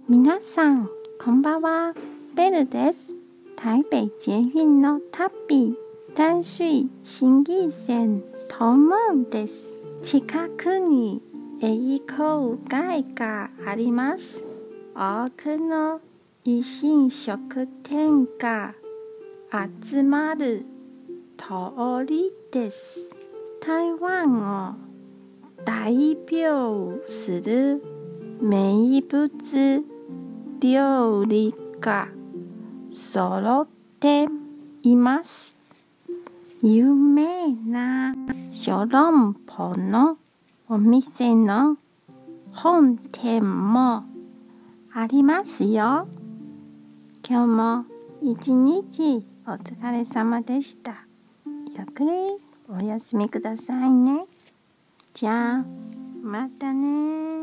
皆さんこんばんは、ベルです。台北捷運の旅、淡水新義線ともです。近くに栄光街があります。多くの飲食店が集まる通りです。台湾を代表する名物料理が揃っています。有名な小籠包のお店の本店もありますよ。今日も一日お疲れ様でした。ゆっくりお休みくださいね。じゃあまたね。